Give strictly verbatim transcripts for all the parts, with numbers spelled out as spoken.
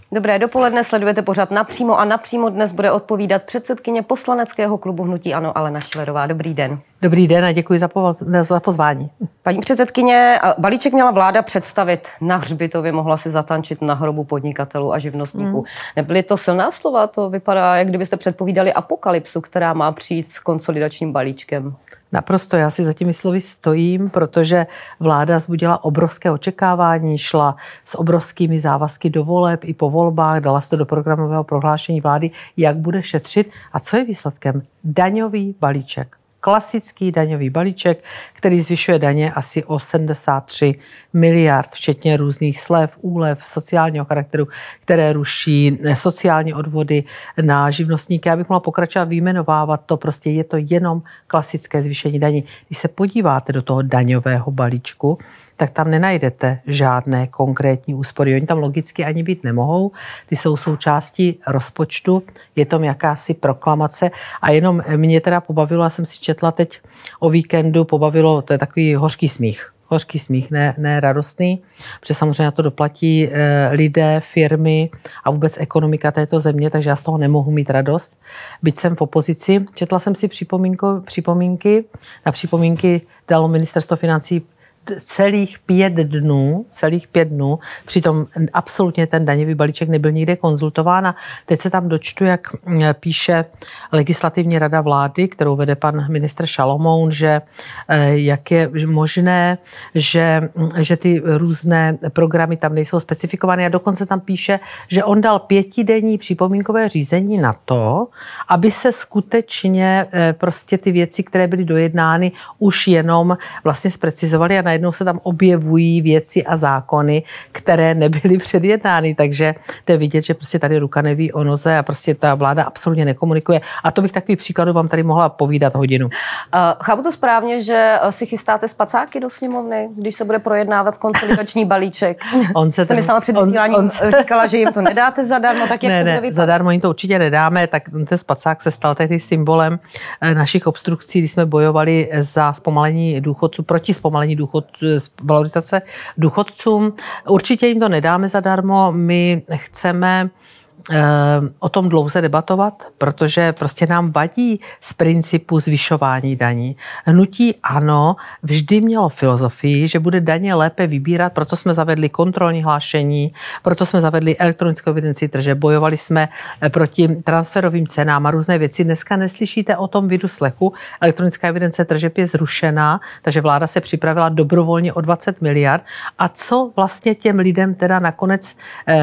Dobré dopoledne, sledujete pořad Napřímo a napřímo dnes bude odpovídat předsedkyně poslaneckého klubu Hnutí ANO Alena Schillerová. Dobrý den. Dobrý den a děkuji za, povo- za pozvání. Paní předsedkyně, balíček měla vláda představit na hřbitově, mohla si zatančit na hrobu podnikatelů a živnostníků. Hmm. Nebyly to silná slova? To vypadá, jak kdybyste předpovídali apokalypsu, která má přijít s konsolidačním balíčkem. Naprosto, já si za těmi slovy stojím, protože vláda vzbudila obrovské očekávání, šla s obrovskými závazky do voleb i po volbách, dala se to do programového prohlášení vlády, jak bude šetřit a co je výsledkem? Daňový balíček. Klasický daňový balíček, který zvyšuje daně asi o sedmdesát tři miliard, včetně různých slev, úlev, sociálního charakteru, které ruší sociální odvody na živnostníky. Já bych mohla pokračovat vyjmenovávat to, prostě je to jenom klasické zvýšení daní. Když se podíváte do toho daňového balíčku, tak tam nenajdete žádné konkrétní úspory. Oni tam logicky ani být nemohou. Ty jsou součástí rozpočtu, je tam jakási proklamace a jenom mě teda pobavilo, já jsem si četla teď o víkendu, pobavilo, to je takový hořký smích. Hořký smích, ne, ne radostný, protože samozřejmě na to doplatí e, lidé, firmy a vůbec ekonomika této země, takže já z toho nemohu mít radost. Byť jsem v opozici, četla jsem si připomínky, na připomínky dalo ministerstvo financí celých pět dnů, celých pět dnů, přitom absolutně ten daňový balíček nebyl nikde konzultován a teď se tam dočtu, jak píše legislativní rada vlády, kterou vede pan ministr Šalomoun, že jak je možné, že, že ty různé programy tam nejsou specifikovány a dokonce tam píše, že on dal pětidenní připomínkové řízení na to, aby se skutečně prostě ty věci, které byly dojednány, už jenom vlastně zprecizovaly a najednou se tam objevují věci a zákony, které nebyly předjednány, takže to je vidět, že prostě tady ruka neví o noze a prostě ta vláda absolutně nekomunikuje. A to bych takový příkladů vám tady mohla povídat hodinu. Uh, chápu to správně, že si chystáte spacáky do sněmovny, když se bude projednávat konsolidační balíček? On se Jste ten, myslela před vysíláním, on, on se... říkala, že jim to nedáte zadarmo, tak jak ne, to bude ne, vypadat? Zadarmo jim to určitě nedáme, tak ten spacák se stal tehdy symbolem našich obstrukcí, když jsme bojovali za zpomalení důchodců, proti zpomalení důchodců, valorizace důchodcům. Určitě jim to nedáme zadarmo, my chceme o tom dlouze debatovat, protože prostě nám vadí z principu zvyšování daní. Hnutí ANO vždy mělo filozofii, že bude daně lépe vybírat, proto jsme zavedli kontrolní hlášení, proto jsme zavedli elektronickou evidenci tržeb, bojovali jsme proti transferovým cenám a různé věci. Dneska neslyšíte o tom vidu slechu. Elektronická evidence tržeb je zrušená, takže vláda se připravila dobrovolně o dvacet miliard. A co vlastně těm lidem teda nakonec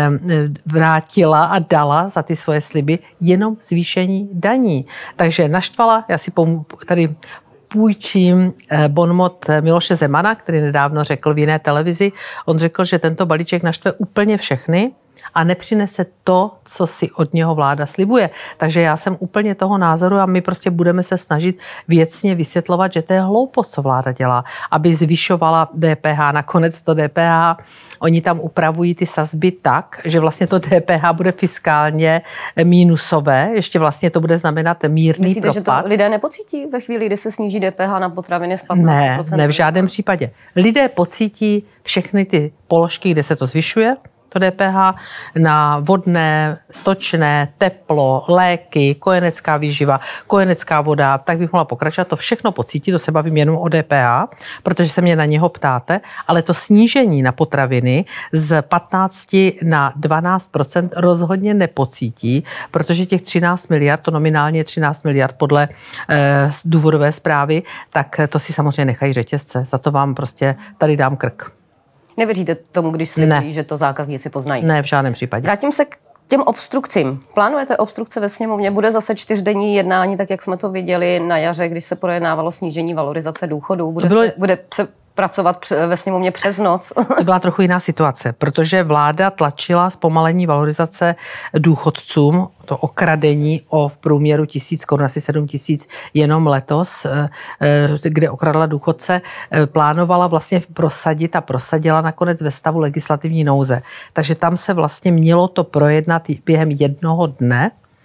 vrátila a dala za ty svoje sliby? Jenom zvýšení daní. Takže naštvala, já si pom- tady půjčím bonmot Miloše Zemana, který nedávno řekl v jiné televizi. On řekl, že tento balíček naštve úplně všechny a nepřinese to, co si od něho vláda slibuje. Takže já jsem úplně toho názoru a my prostě budeme se snažit věcně vysvětlovat, že to je hloupost, co vláda dělá, aby zvyšovala D P H. Nakonec to D P H, oni tam upravují ty sazby tak, že vlastně to D P H bude fiskálně mínusové, ještě vlastně to bude znamenat mírný Myslíte, propad. Myslíte, že to lidé nepocítí ve chvíli, kdy se sníží D P H na potraviny z patnáct procent? Ne, ne v žádném případě. Lidé pocítí všechny ty položky, kde se to zvyšuje, to D P H, na vodné, stočné, teplo, léky, kojenecká výživa, kojenecká voda, tak bych mohla pokračovat. To všechno pocítí, to se bavím jenom o D P H, protože se mě na něho ptáte, ale to snížení na potraviny z patnáct na dvanáct procent rozhodně nepocítí, protože těch třináct miliard, to nominálně třináct miliard podle eh, důvodové zprávy, tak to si samozřejmě nechají řetězce. Za to vám prostě tady dám krk. Nevěříte tomu, když slibují, že to zákazníci poznají? Ne, v žádném případě. Vrátím se k těm obstrukcím. Plánujete obstrukce ve sněmovně? Bude zase čtyřdenní jednání, tak jak jsme to viděli na jaře, když se projednávalo snížení valorizace důchodů? Bude, bylo... se, bude se pracovat ve sněmovně přes noc? To byla trochu jiná situace, protože vláda tlačila zpomalení valorizace důchodcům, to okradení o v průměru tisíc korun, asi sedm tisíc jenom letos, kde okradla důchodce, plánovala vlastně prosadit a prosadila nakonec ve stavu legislativní nouze. Takže tam se vlastně mělo to projednat během jednoho dne,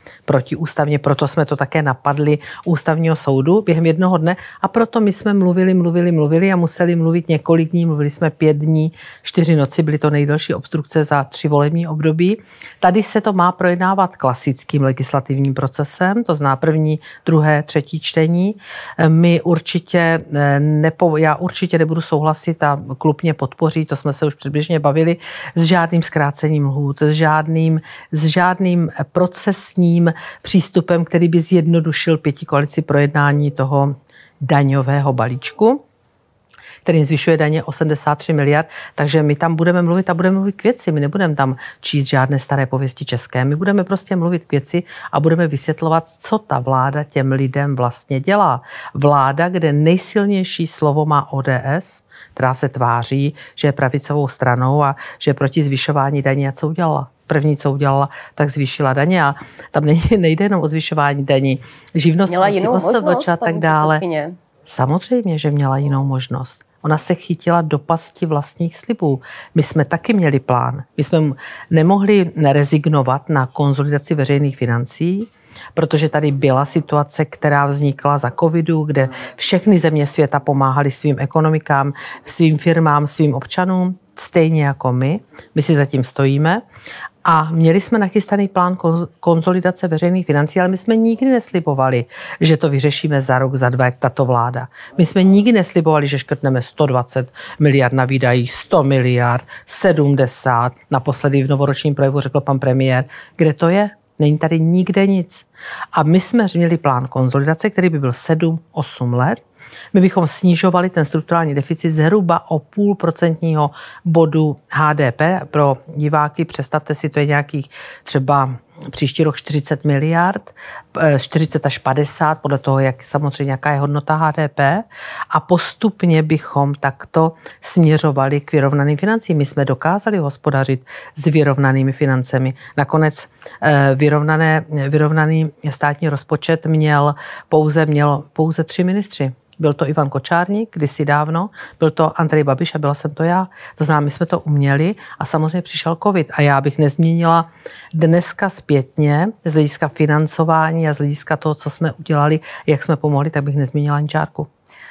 protiústavně, proto jsme to také napadli ústavního soudu během jednoho dne a proto my jsme mluvili, mluvili, mluvili a museli mluvit několik dní, mluvili jsme pět dní, čtyři noci, byly to nejdelší obstrukce za tři volební období. Tady se to má projednávat klasickým legislativním procesem, to znamená první, druhé, třetí čtení. My určitě nepo, já určitě nebudu souhlasit a klub mě podpoří, to jsme se už předběžně bavili, s žádným zkrácením lhůt, s žádným, s žádným procesním přístupem, který by zjednodušil pětikoalici projednání toho daňového balíčku, který zvyšuje daně o sedmdesát tři miliard, takže my tam budeme mluvit a budeme mluvit k věci, my nebudeme tam číst žádné staré pověsti české, my budeme prostě mluvit k věci a budeme vysvětlovat, co ta vláda těm lidem vlastně dělá. Vláda, kde nejsilnější slovo má O D S, která se tváří, že je pravicovou stranou a že je proti zvyšování daní, a co udělala? První, co udělala, tak zvýšila daně a tam nejde jenom o zvyšování daní. Živnostníci, O S V Č a tak dále. Samozřejmě, že měla jinou možnost. Ona se chytila do pasti vlastních slibů. My jsme taky měli plán. My jsme nemohli nerezignovat na konsolidaci veřejných financí, protože tady byla situace, která vznikla za covidu, kde všechny země světa pomáhaly svým ekonomikám, svým firmám, svým občanům, stejně jako my. My si zatím stojíme. A měli jsme nachystaný plán konsolidace veřejných financí, ale my jsme nikdy neslibovali, že to vyřešíme za rok, za dva, jak tato vláda. My jsme nikdy neslibovali, že škrtneme sto dvacet miliard na výdajích, sto miliard, sedmdesát. Naposledy v novoročním projevu řekl pan premiér, kde to je? Není tady nikde nic. A my jsme měli plán konsolidace, který by byl sedm osm let. My bychom snižovali ten strukturální deficit zhruba o půl procentního bodu H D P. Pro diváky představte si, to je nějakých třeba příští rok čtyřicet miliard, čtyřicet až padesát, podle toho, jak samozřejmě jaká je hodnota H D P. A postupně bychom takto směřovali k vyrovnaným financím. My jsme dokázali hospodařit s vyrovnanými financemi. Nakonec vyrovnané, vyrovnaný státní rozpočet měl pouze, měl pouze tři ministři. Byl to Ivan Kočárník kdysi dávno, byl to Andrej Babiš a byla jsem to já. To znamená, my jsme to uměli a samozřejmě přišel covid. A já bych nezměnila dneska zpětně z hlediska financování a z hlediska toho, co jsme udělali, jak jsme pomohli, tak bych nezměnila ani čárku.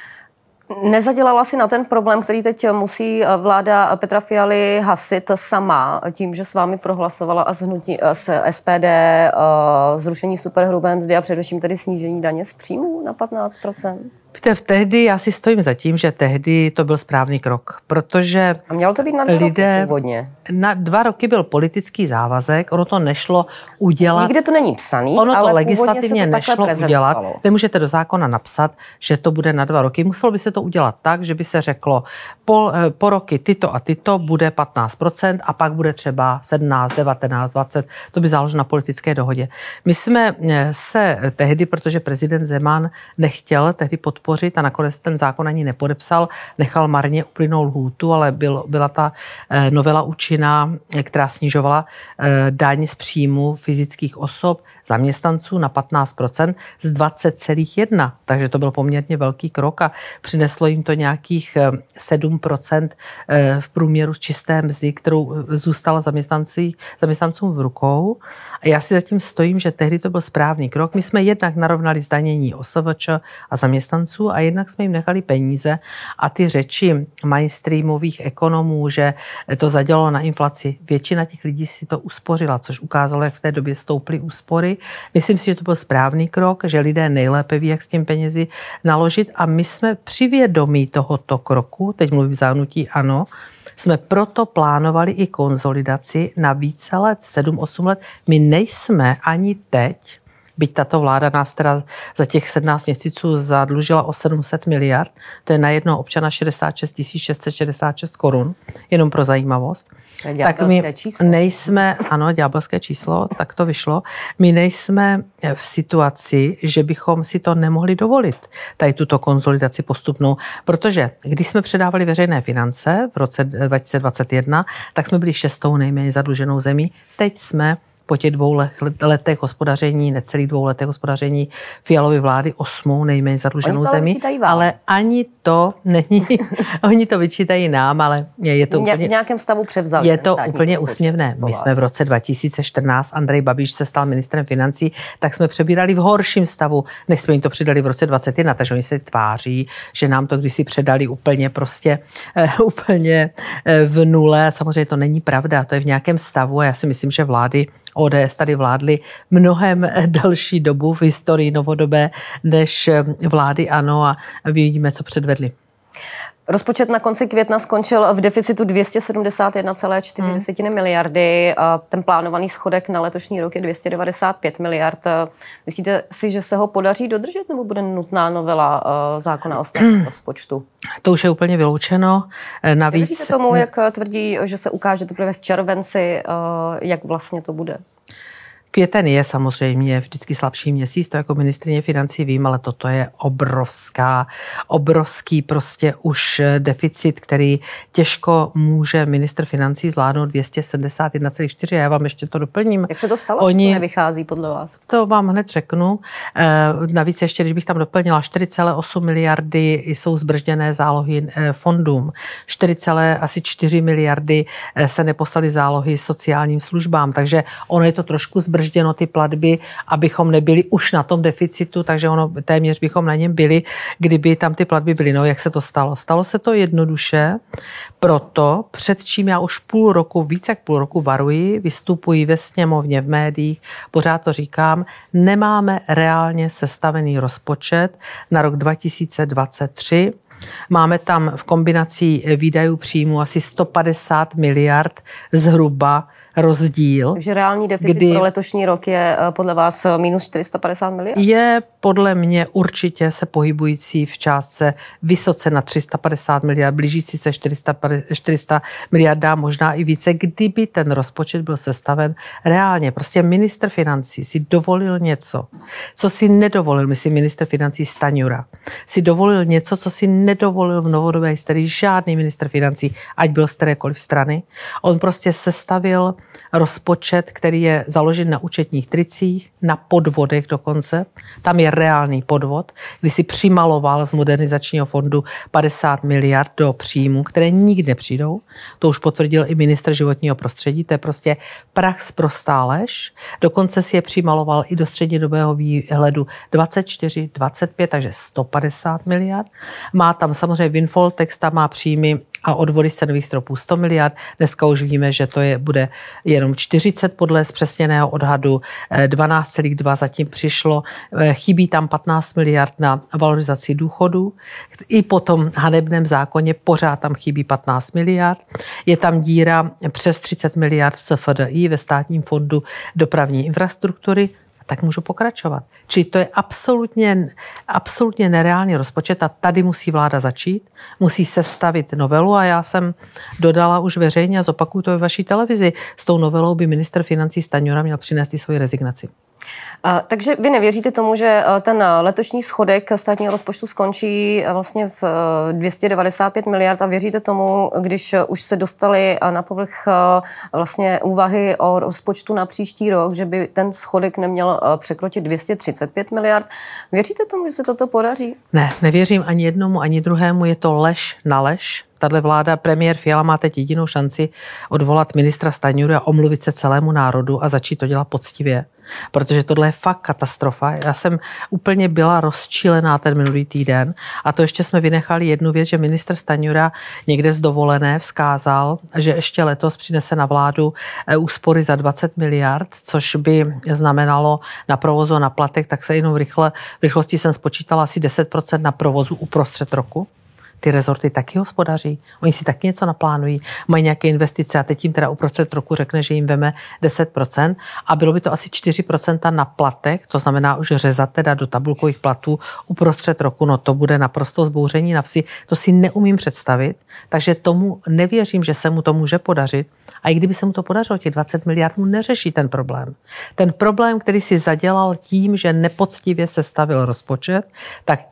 Nezadělala si na ten problém, který teď musí vláda Petra Fialy hasit sama tím, že s vámi prohlasovala a zhnutí, s S P D zrušení superhrubé mzdy a především tedy snížení daně z příjmů na patnáct procent? Víte, tehdy já si stojím za tím, že tehdy to byl správný krok, protože a mělo to být na dva lidé, roky původně. Na dva roky byl politický závazek, ono to nešlo udělat. Nikde to není psaný, ono ale to legislativně se to nešlo udělat. Nemůžete do zákona napsat, že to bude na dva roky. Muselo by se to udělat tak, že by se řeklo, po, po roky tyto a tyto bude patnáct procent a pak bude třeba sedmnáct, devatenáct, dvacet. To by záleželo na politické dohodě. My jsme se tehdy, protože prezident Zeman nechtěl tehdy podpořit a nakonec ten zákon ani nepodepsal, nechal marně uplynout lhůtu, ale byl, byla ta novela účinná, která snižovala daň z příjmu fyzických osob, zaměstnanců na patnáct procent z dvacet celá jedna. Takže to byl poměrně velký krok a přineslo jim to nějakých sedm procent v průměru z čisté mzdy, kterou zůstala zaměstnancům v rukou. A já si zatím stojím, že tehdy to byl správný krok. My jsme jednak narovnali zdanění O S V Č a zaměstnanců a jednak jsme jim nechali peníze a ty řeči mainstreamových ekonomů, že to zadělalo na inflaci. Většina těch lidí si to uspořila, což ukázalo, jak v té době stouply úspory. Myslím si, že to byl správný krok, že lidé nejlépe ví, jak s tím penězi naložit a my jsme při vědomí tohoto kroku, teď mluvím za hnutí ANO, jsme proto plánovali i konsolidaci na více let, sedm osm let. My nejsme ani teď, byť tato vláda nás teda za těch sedmnáct měsíců zadlužila o sedm set miliard, to je na jednoho občana šedesát šest tisíc šest set šedesát šest korun, jenom pro zajímavost. Tak my číslo. nejsme, ano, ďábelské číslo, tak to vyšlo, my nejsme v situaci, že bychom si to nemohli dovolit, tady tuto konsolidaci postupnou, protože když jsme předávali veřejné finance v roce dva tisíce dvacet jedna, tak jsme byli šestou nejméně zadluženou zemí, teď jsme po těch dvou letech hospodaření, necelých dvou letech hospodaření Fialovy vlády osmou nejméně zadluženou zemí. Ale ani to není, oni to vyčítají nám, ale je to úplně, v nějakém stavu převzali. Je to úplně úsměvné. My jsme v roce dva tisíce čtrnáct, Andrej Babiš se stal ministrem financí, tak jsme přebírali v horším stavu, než jsme jim to přidali v roce dvacet jedna, takže oni se tváří, že nám to kdysi předali úplně prostě uh, úplně uh, v nule. Samozřejmě to není pravda, to je v nějakém stavu a já si myslím, že vlády O D S tady vládly mnohem další dobu v historii novodobé než vlády ANO a vidíme, co předvedli. Rozpočet na konci května skončil v deficitu dvě stě sedmdesát jedna celá čtyři hmm. miliardy. Ten plánovaný schodek na letošní rok je dvě stě devadesát pět miliard. Myslíte si, že se ho podaří dodržet, nebo bude nutná novela zákona o státním rozpočtu? To už je úplně vyloučeno. Navíc... Věříte tomu, jak tvrdí, že se ukáže teprve v červenci, jak vlastně to bude? Květen je samozřejmě vždycky slabší měsíc, to jako ministryně financí vím, ale toto je obrovská, obrovský prostě už deficit, který těžko může ministr financí zvládnout dvě stě sedmdesát jedna celá čtyři. Já vám ještě to doplním. Jak se to stalo? Oni, to nevychází podle vás? To vám hned řeknu. Navíc ještě, když bych tam doplnila, čtyři celé osm miliardy jsou zbržděné zálohy fondům. čtyři celé čtyři miliardy se neposlaly zálohy sociálním službám, takže ono je to trošku zbržděné. Bržděno ty platby, abychom nebyli už na tom deficitu, takže ono téměř bychom na něm byli, kdyby tam ty platby byly. No, jak se to stalo? Stalo se to jednoduše, proto před čím já už půl roku, více jak půl roku varuji, vystupuji ve sněmovně, v médiích, pořád to říkám, nemáme reálně sestavený rozpočet na rok dva tisíce dvacet tři. Máme tam v kombinací výdajů příjmu asi sto padesát miliard zhruba rozdíl. Takže reálný deficit kdy pro letošní rok je podle vás minus čtyři sta padesát miliard? Je podle mě určitě se pohybující v částce vysoce na tři sta padesát miliard, blížící se čtyři sta miliardám, možná i více, kdyby ten rozpočet byl sestaven reálně. Prostě ministr financí si dovolil něco, co si nedovolil, myslím ministr financí Stanjura, si dovolil něco, co si nedovolil v novodobé historii žádný ministr financí, ať byl z kterékoliv strany. On prostě sestavil rozpočet, který je založen na účetních tricích, na podvodech dokonce. Tam je reálný podvod, kdy si přimaloval z modernizačního fondu padesát miliard do příjmu, které nikdy nepřijdou. To už potvrdil i ministr životního prostředí. To je prostě prach z prostá lež. Dokonce si je přimaloval i do střednědobého výhledu dvacet čtyři, dvacet pět, takže sto padesát miliard. Má tam samozřejmě windfall tax, tam má příjmy a odvody z cenových stropů sto miliard. Dneska už víme, že to je, bude jenom čtyřicet podle zpřesněného odhadu, dvanáct celá dva zatím přišlo, chybí tam patnáct miliard na valorizaci důchodů. I po tom hanebném zákoně pořád tam chybí patnáct miliard. Je tam díra přes třicet miliard v S F D I ve státním fondu dopravní infrastruktury. Tak můžu pokračovat. Čili to je absolutně, absolutně nereálný rozpočet a tady musí vláda začít, musí sestavit novelu a já jsem dodala už veřejně a zopakuju to ve vaší televizi. S tou novelou by ministr financí Stanjura měl přinést i svoji rezignaci. A, takže vy nevěříte tomu, že ten letošní schodek státního rozpočtu skončí vlastně v dvě stě devadesát pět miliard a věříte tomu, když už se dostali na povrch vlastně úvahy o rozpočtu na příští rok, že by ten schodek neměl překročit dvě stě třicet pět miliard. Věříte tomu, že se toto podaří? Ne, nevěřím ani jednomu, ani druhému. Je to lež na lež. Tahle vláda, premiér Fiala má teď jedinou šanci odvolat ministra Stanjuru a omluvit se celému národu a začít to dělat poctivě. Protože tohle je fakt katastrofa. Já jsem úplně byla rozčílená ten minulý týden a to ještě jsme vynechali jednu věc, že ministr Stanjura někde z dovolené vzkázal, že ještě letos přinese na vládu úspory za dvacet miliard, což by znamenalo na provozu a na platech, tak se jenom rychle, v rychlosti jsem spočítala asi deset procent na provozu uprostřed roku. Ty rezorty taky hospodaří, oni si taky něco naplánují, mají nějaké investice a teď jim teda uprostřed roku řekne, že jim veme deset procent a bylo by to asi čtyři procenta na platech, to znamená už řezat teda do tabulkových platů uprostřed roku, no to bude naprosto zbouření na vsi, to si neumím představit, takže tomu nevěřím, že se mu to může podařit a i kdyby se mu to podařilo, těch dvacet miliard mu neřeší ten problém. Ten problém, který si zadělal tím, že nepoctivě sestavil rozpočet, tak tím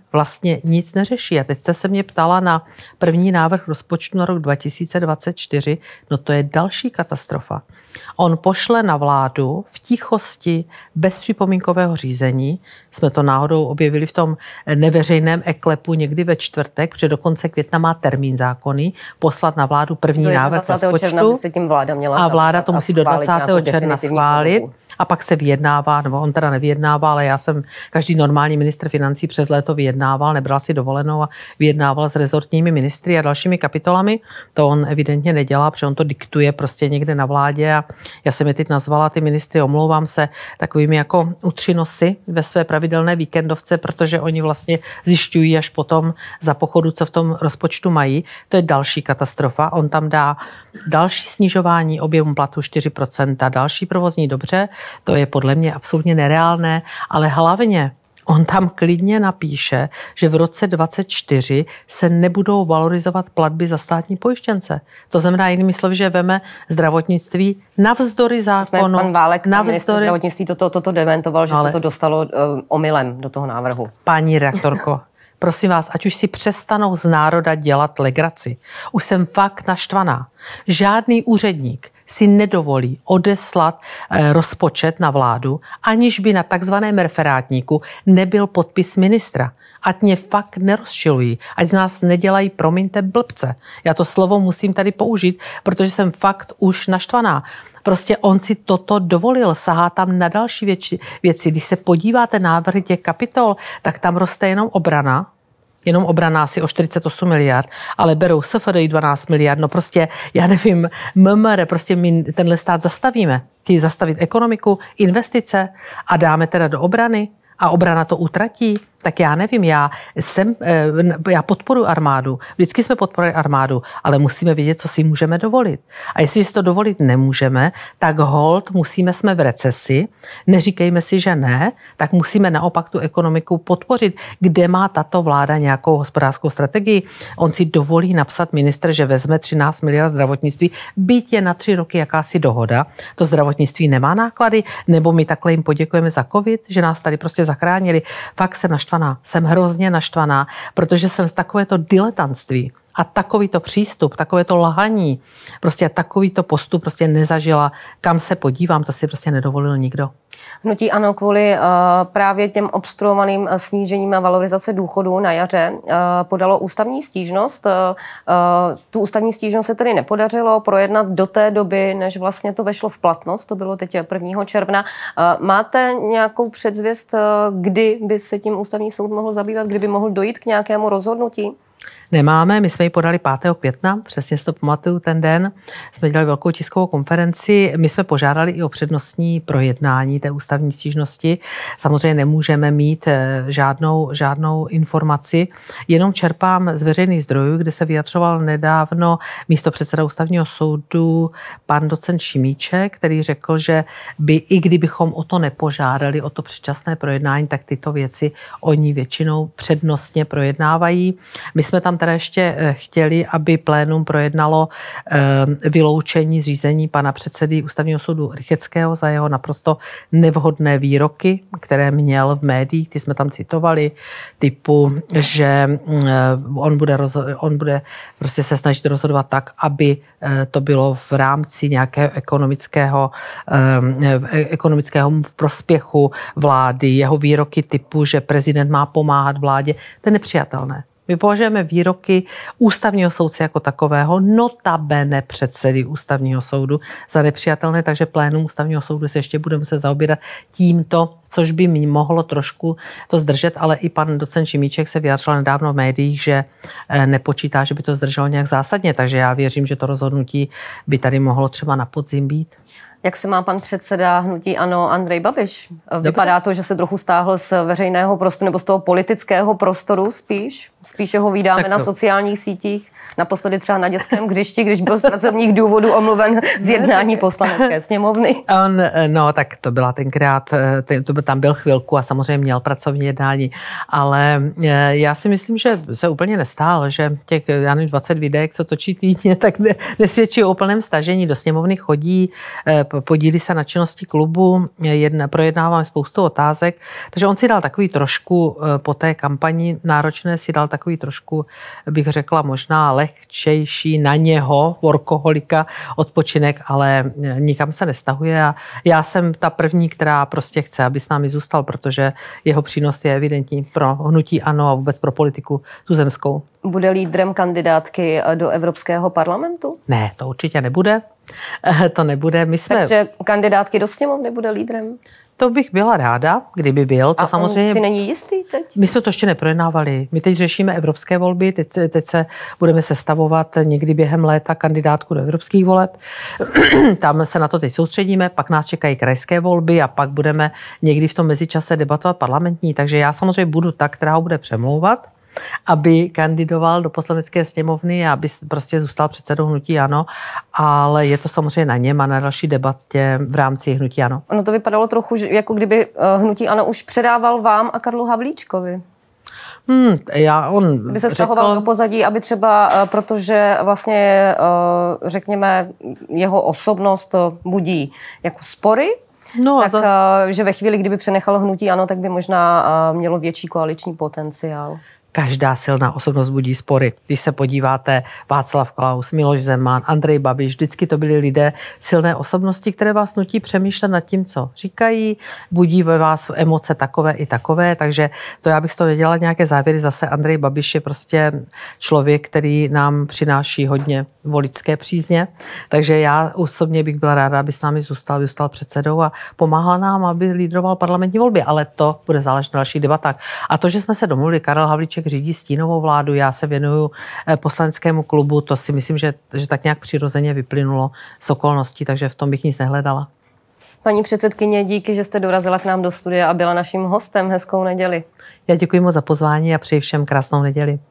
vlastně nic neřeší. A teď jste se mě ptala na první návrh rozpočtu na rok dva tisíce dvacet čtyři, no to je další katastrofa. On pošle na vládu v tichosti, bez připomínkového řízení, jsme to náhodou objevili v tom neveřejném eklepu někdy ve čtvrtek, protože do konce května má termín zákonný, poslat na vládu první návrh rozpočtu se tím vláda měla a vláda to musí do dvacátého června schválit. A pak se vyjednává, nebo on teda nevyjednává, ale já jsem, každý normální ministr financí přes léto vyjednával, nebral si dovolenou a vyjednával s rezortními ministry a dalšími kapitolami. To on evidentně nedělá, protože on to diktuje prostě někde na vládě a já jsem je teď nazvala ty ministry, omlouvám se, takovými jako utřinosy ve své pravidelné víkendovce, protože oni vlastně zjišťují až potom za pochodu, co v tom rozpočtu mají. To je další katastrofa. On tam dá další snižování objemu platu čtyři procenta, další provozní dobře. To je podle mě absolutně nereálné, ale hlavně on tam klidně napíše, že v roce dvacet čtyři se nebudou valorizovat platby za státní pojištěnce. To znamená jinými slovy, že veme zdravotnictví navzdory zákonu. Pan Válek, navzdory... ministr zdravotnictví, toto, toto dementoval, že ale... se to dostalo uh, omylem do toho návrhu. Paní redaktorko, prosím vás, ať už si přestanou z národa dělat legraci. Už jsem fakt naštvaná. Žádný úředník si nedovolí odeslat eh, rozpočet na vládu, aniž by na takzvaném referátníku nebyl podpis ministra. Ať mě fakt nerozčilují, ať z nás nedělají, promiňte, blbce. Já to slovo musím tady použít, protože jsem fakt už naštvaná. Prostě on si toto dovolil, sahá tam na další věci. věci. Když se podíváte na návrhy těch kapitol, tak tam roste jenom obrana, jenom obrana asi o čtyřicet osm miliard, ale berou S F D I dvanáct miliard, no prostě, já nevím, M M R, prostě my tenhle stát zastavíme. Chtějí zastavit ekonomiku, investice a dáme teda do obrany a obrana to utratí. Tak já nevím, já, jsem, já podporuji armádu. Vždycky jsme podporovali armádu, ale musíme vědět, co si můžeme dovolit. A jestli si to dovolit nemůžeme, tak hold, musíme, jsme v recesi, neříkejme si, že ne, tak musíme naopak tu ekonomiku podpořit. Kde má tato vláda nějakou hospodářskou strategii? On si dovolí napsat ministr, že vezme třináct miliard zdravotnictví, byť je na tři roky jakási dohoda. To zdravotnictví nemá náklady, nebo my takhle jim poděkujeme za covid, že nás tady prostě zachránili. Fakt jsem naštvaná. Jsem hrozně naštvaná, protože jsem z takovéto diletantství a takovýto přístup, takovéto lhaní, prostě takovýto postup prostě nezažila. Kam se podívám, to si prostě nedovolil nikdo. Hnutí ANO kvůli uh, právě těm obstruovaným uh, snížením a valorizace důchodů na jaře uh, podalo ústavní stížnost. Uh, uh, tu ústavní stížnost se tedy nepodařilo projednat do té doby, než vlastně to vešlo v platnost. To bylo teď prvního června. Uh, máte nějakou předzvěst, uh, kdy by se tím ústavní soud mohl zabývat, kdyby mohl dojít k nějakému rozhodnutí? Nemáme, my jsme ji podali pátého května, přesně si to pamatuju ten den, jsme dělali velkou tiskovou konferenci, my jsme požádali i o přednostní projednání té ústavní stížnosti, samozřejmě nemůžeme mít žádnou, žádnou informaci, jenom čerpám z veřejných zdrojů, kde se vyjadřoval nedávno místopředseda ústavního soudu pan docent Šimíček, který řekl, že by i kdybychom o to nepožádali, o to předčasné projednání, tak tyto věci oni většinou přednostně projednávají. My jsme tam teda ještě chtěli, aby plénum projednalo vyloučení zřízení pana předsedy ústavního soudu Rychetského za jeho naprosto nevhodné výroky, které měl v médiích, ty jsme tam citovali, typu, že on bude, rozho- on bude prostě se snažit rozhodovat tak, aby to bylo v rámci nějakého ekonomického, ekonomického prospěchu vlády, jeho výroky typu, že prezident má pomáhat vládě, to je nepřijatelné. My považujeme výroky ústavního soudce jako takového, notabene předsedy ústavního soudu, za nepřijatelné, takže plénum ústavního soudu se ještě bude muset zaobírat tímto, což by mi mohlo trošku to zdržet, ale i pan docent Šimíček se vyjádřil nedávno v médiích, že nepočítá, že by to zdrželo nějak zásadně, takže já věřím, že to rozhodnutí by tady mohlo třeba na podzim být. Jak se má pan předseda hnutí ANO Andrej Babiš? Vypadá to, že se trochu stáhl z veřejného prostoru nebo z toho politického prostoru spíš? Spíše ho vídáme na sociálních sítích, naposledy třeba na dětském hřišti, když byl z pracovních důvodů omluven z jednání poslanecké sněmovny. On, no, tak to byla tenkrát, to by tam byl chvilku a samozřejmě měl pracovní jednání, ale já si myslím, že se úplně nestál, že těch, já nevím, dvacet videek, co točí týdně, tak ne, nesvědčí o úplném stažení. Do sněmovny chodí, podílí se na činnosti klubu, jedna, projednáváme spoustu otázek, takže on si dal takový trošku po té kampani náročné, si dal takový trošku, bych řekla, možná lehčejší na něho, workoholika, odpočinek, ale nikam se nestahuje a já jsem ta první, která prostě chce, aby s námi zůstal, protože jeho přínos je evidentní pro hnutí ANO a vůbec pro politiku tuzemskou. Bude lídrem kandidátky do Evropského parlamentu? Ne, to určitě nebude. To nebude. My jsme... Takže kandidátky do sněmovny bude lídrem? To bych byla ráda, kdyby byl. To a samozřejmě... on si není jistý teď? My jsme to ještě neprojednávali. My teď řešíme evropské volby, teď, teď se budeme sestavovat někdy během léta kandidátku do evropských voleb. Tam se na to teď soustředíme, pak nás čekají krajské volby a pak budeme někdy v tom mezičase debatovat parlamentní. Takže já samozřejmě budu ta, která ho bude přemlouvat, aby kandidoval do poslanecké sněmovny a aby prostě zůstal předsedou hnutí ANO, ale je to samozřejmě na něm a na další debatě v rámci hnutí ANO. Ono to vypadalo trochu, jako kdyby hnutí ANO už předával vám a Karlu Havlíčkovi. Hmm, já on Kdyby se stahoval řekl... do pozadí, aby třeba, protože vlastně, řekněme, jeho osobnost budí jako spory, No, tak za... že ve chvíli, kdyby přenechalo hnutí ANO, tak by možná mělo větší koaliční potenciál. Každá silná osobnost budí spory. Když se podíváte, Václav Klaus, Miloš Zeman, Andrej Babiš, vždycky to byli lidé silné osobnosti, které vás nutí přemýšlet nad tím, co říkají, budí ve vás emoce takové i takové, takže to já bych z toho nedělala nějaké závěry. Zase Andrej Babiš je prostě člověk, který nám přináší hodně voličské přízně, takže já osobně bych byla ráda, aby s námi zůstal, zůstal předsedou a pomáhal nám, aby lídroval parlamentní volby, ale to bude záležet na dalších debatách. A to, že jsme se domluvili, Karel Havlíček řídí stínovou vládu, já se věnuju poslaneckému klubu, to si myslím, že, že tak nějak přirozeně vyplynulo z okolností, takže v tom bych nic nehledala. Paní předsedkyně, díky, že jste dorazila k nám do studia a byla naším hostem. Hezkou neděli. Já děkuji moc za pozvání a přeji všem krásnou neděli.